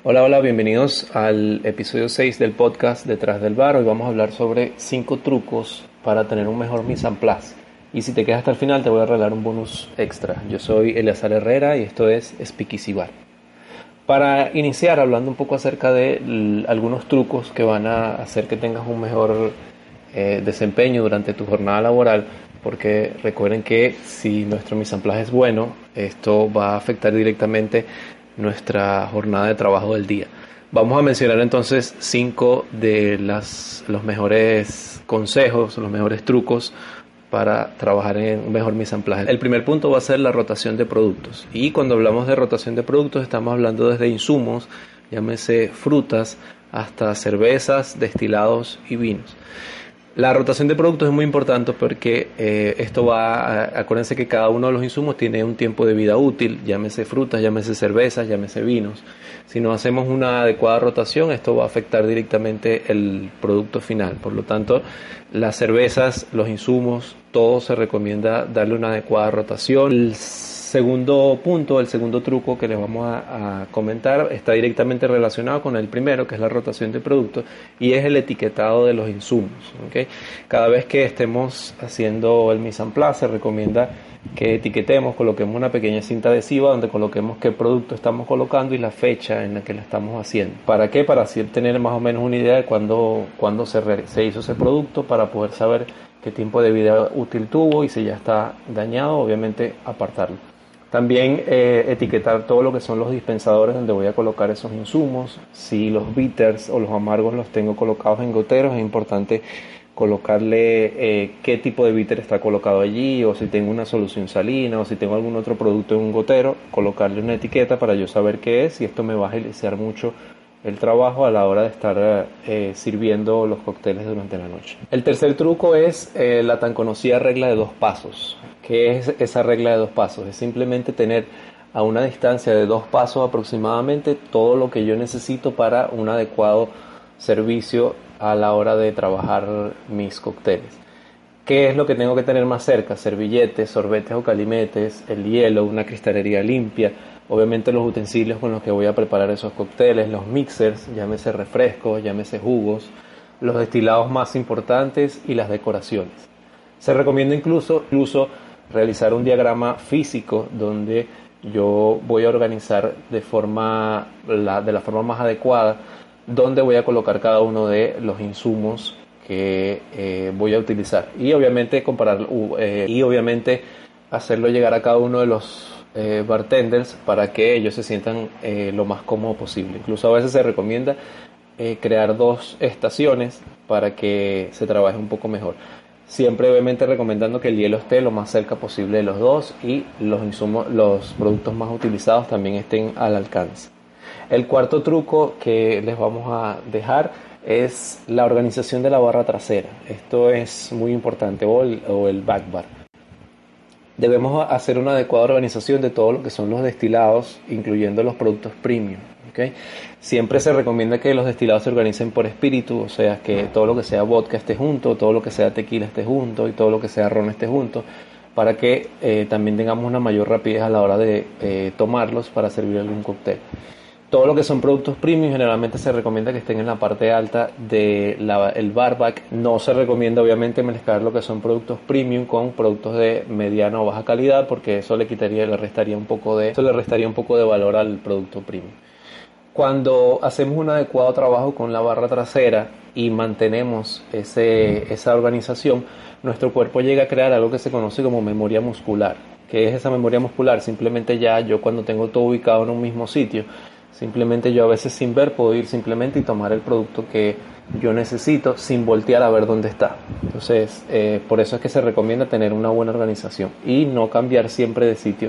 Hola, hola, bienvenidos al episodio 6 del podcast Detrás del Bar. Hoy vamos a hablar sobre 5 trucos para tener un mejor mise en place. Y si te quedas hasta el final te voy a regalar un bonus extra. Yo soy Eleazar Herrera y esto es Speakeasy Bar. Para iniciar hablando un poco acerca de algunos trucos que van a hacer que tengas un mejor desempeño durante tu jornada laboral, porque recuerden que si nuestro mise en place es bueno, esto va a afectar directamente nuestra jornada de trabajo del día. Vamos a mencionar entonces 5 de los mejores consejos, los mejores trucos para trabajar en un mejor mise en place. El primer punto va a ser la rotación de productos. Y cuando hablamos de rotación de productos estamos hablando desde insumos, llámese frutas, hasta cervezas, destilados y vinos. La rotación de productos es muy importante porque acuérdense que cada uno de los insumos tiene un tiempo de vida útil, llámese frutas, llámese cervezas, llámese vinos. Si no hacemos una adecuada rotación, esto va a afectar directamente el producto final. Por lo tanto, las cervezas, los insumos, todo se recomienda darle una adecuada rotación. El segundo punto, el segundo truco que les vamos a comentar está directamente relacionado con el primero, que es la rotación de productos, y es el etiquetado de los insumos. ¿Okay? Cada vez que estemos haciendo el mise en place se recomienda que etiquetemos, coloquemos una pequeña cinta adhesiva donde coloquemos qué producto estamos colocando y la fecha en la que la estamos haciendo. ¿Para qué? Para así tener más o menos una idea de cuándo se hizo ese producto, para poder saber qué tiempo de vida útil tuvo y si ya está dañado, obviamente apartarlo. También etiquetar todo lo que son los dispensadores donde voy a colocar esos insumos. Si los bitters o los amargos los tengo colocados en goteros, es importante colocarle qué tipo de bitter está colocado allí, o si tengo una solución salina, o si tengo algún otro producto en un gotero, colocarle una etiqueta para yo saber qué es, y esto me va a agilizar mucho el trabajo a la hora de estar sirviendo los cócteles durante la noche. El tercer truco es la tan conocida regla de 2 pasos. ¿Qué es esa regla de 2 pasos? Es simplemente tener a una distancia de 2 pasos aproximadamente todo lo que yo necesito para un adecuado servicio a la hora de trabajar mis cócteles. ¿Qué es lo que tengo que tener más cerca? Servilletes, sorbetes o calimetes, el hielo, una cristalería limpia, obviamente los utensilios con los que voy a preparar esos cócteles, los mixers, llámese refrescos, llámese jugos, los destilados más importantes y las decoraciones. Se recomienda incluso realizar un diagrama físico donde yo voy a organizar de la forma más adecuada donde voy a colocar cada uno de los insumos que voy a utilizar, y obviamente hacerlo llegar a cada uno de los bartenders para que ellos se sientan lo más cómodo posible. Incluso a veces se recomienda crear 2 estaciones para que se trabaje un poco mejor. Siempre obviamente recomendando que el hielo esté lo más cerca posible de los dos y los productos más utilizados también estén al alcance. El cuarto truco que les vamos a dejar es la organización de la barra trasera. Esto es muy importante, o el back bar. Debemos hacer una adecuada organización de todo lo que son los destilados, incluyendo los productos premium. ¿Okay? Siempre se recomienda que los destilados se organicen por espíritu, o sea, que todo lo que sea vodka esté junto, todo lo que sea tequila esté junto y todo lo que sea ron esté junto, para que también tengamos una mayor rapidez a la hora de tomarlos para servir algún cóctel. Todo lo que son productos premium generalmente se recomienda que estén en la parte alta del barback. No se recomienda obviamente mezclar lo que son productos premium con productos de mediana o baja calidad, porque eso le restaría un poco de valor al producto premium. Cuando hacemos un adecuado trabajo con la barra trasera y mantenemos esa organización, nuestro cuerpo llega a crear algo que se conoce como memoria muscular. ¿Qué es esa memoria muscular? Simplemente ya yo, cuando tengo todo ubicado en un mismo sitio, simplemente yo a veces sin ver puedo ir simplemente y tomar el producto que yo necesito sin voltear a ver dónde está. Entonces, por eso es que se recomienda tener una buena organización y no cambiar siempre de sitio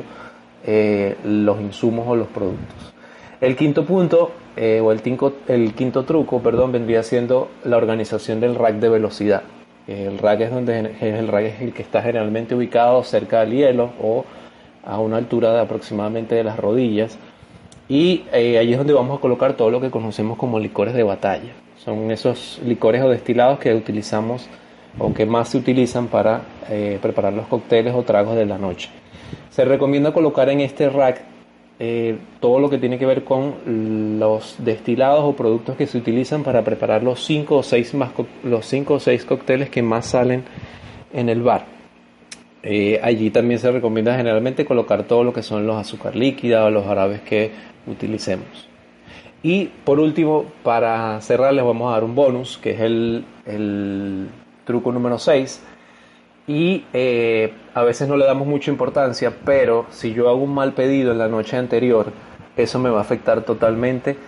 los insumos o los productos. El quinto punto, el quinto truco, vendría siendo la organización del rack de velocidad. El rack es el que está generalmente ubicado cerca del hielo o a una altura de aproximadamente de las rodillas. Y allí es donde vamos a colocar todo lo que conocemos como licores de batalla. Son esos licores o destilados que utilizamos o que más se utilizan para preparar los cócteles o tragos de la noche. Se recomienda colocar en este rack todo lo que tiene que ver con los destilados o productos que se utilizan para preparar los 5 o 6 cócteles que más salen en el bar. Allí también se recomienda generalmente colocar todo lo que son los azúcar líquida o los jarabes que utilicemos. Y por último, para cerrar, les vamos a dar un bonus, que es el truco número 6. Y a veces no le damos mucha importancia, pero si yo hago un mal pedido en la noche anterior, eso me va a afectar totalmente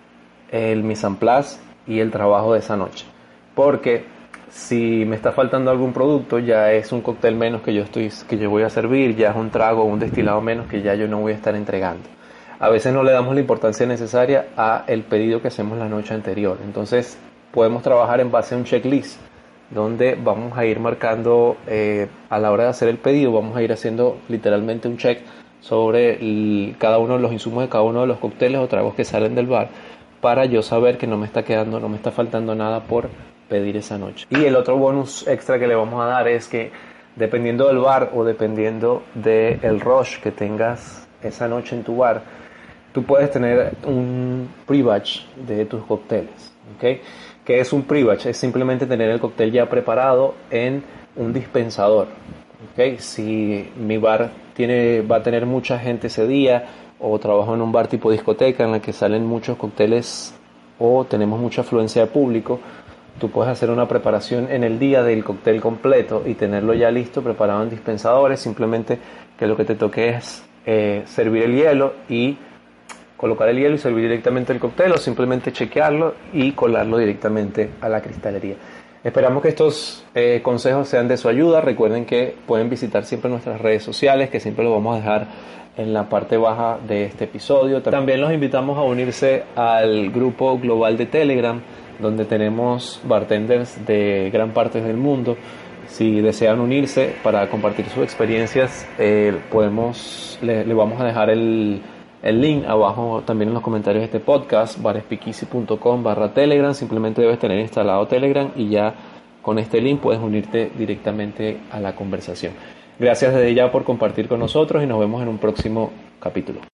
el mise en place y el trabajo de esa noche. Porque si me está faltando algún producto, ya es un cóctel menos que yo voy a servir, ya es un trago o un destilado menos que ya yo no voy a estar entregando. A veces no le damos la importancia necesaria a el pedido que hacemos la noche anterior. Entonces podemos trabajar en base a un checklist, donde vamos a ir marcando a la hora de hacer el pedido, vamos a ir haciendo literalmente un check sobre cada uno de los insumos de cada uno de los cócteles o tragos que salen del bar, para yo saber que no me está faltando nada por pedir esa noche. Y el otro bonus extra que le vamos a dar es que, dependiendo del bar o dependiendo del rush que tengas esa noche en tu bar, tú puedes tener un pre-batch de tus cócteles, ¿ok? ¿Qué es un pre-batch? Es simplemente tener el cóctel ya preparado en un dispensador, ¿ok? Si mi bar va a tener mucha gente ese día, o trabajo en un bar tipo discoteca en la que salen muchos cócteles o tenemos mucha afluencia de público, tú puedes hacer una preparación en el día del cóctel completo y tenerlo ya listo, preparado en dispensadores. Simplemente que lo que te toque es servir el hielo y colocar el hielo y servir directamente el cóctel, o simplemente chequearlo y colarlo directamente a la cristalería. Esperamos que estos consejos sean de su ayuda. Recuerden que pueden visitar siempre nuestras redes sociales, que siempre los vamos a dejar en la parte baja de este episodio. También los invitamos a unirse al grupo global de Telegram, donde tenemos bartenders de gran parte del mundo. Si desean unirse para compartir sus experiencias, le vamos a dejar el link abajo también en los comentarios de este podcast, barespeakeasy.com/Telegram. Simplemente debes tener instalado Telegram y ya con este link puedes unirte directamente a la conversación. Gracias desde ya por compartir con nosotros y nos vemos en un próximo capítulo.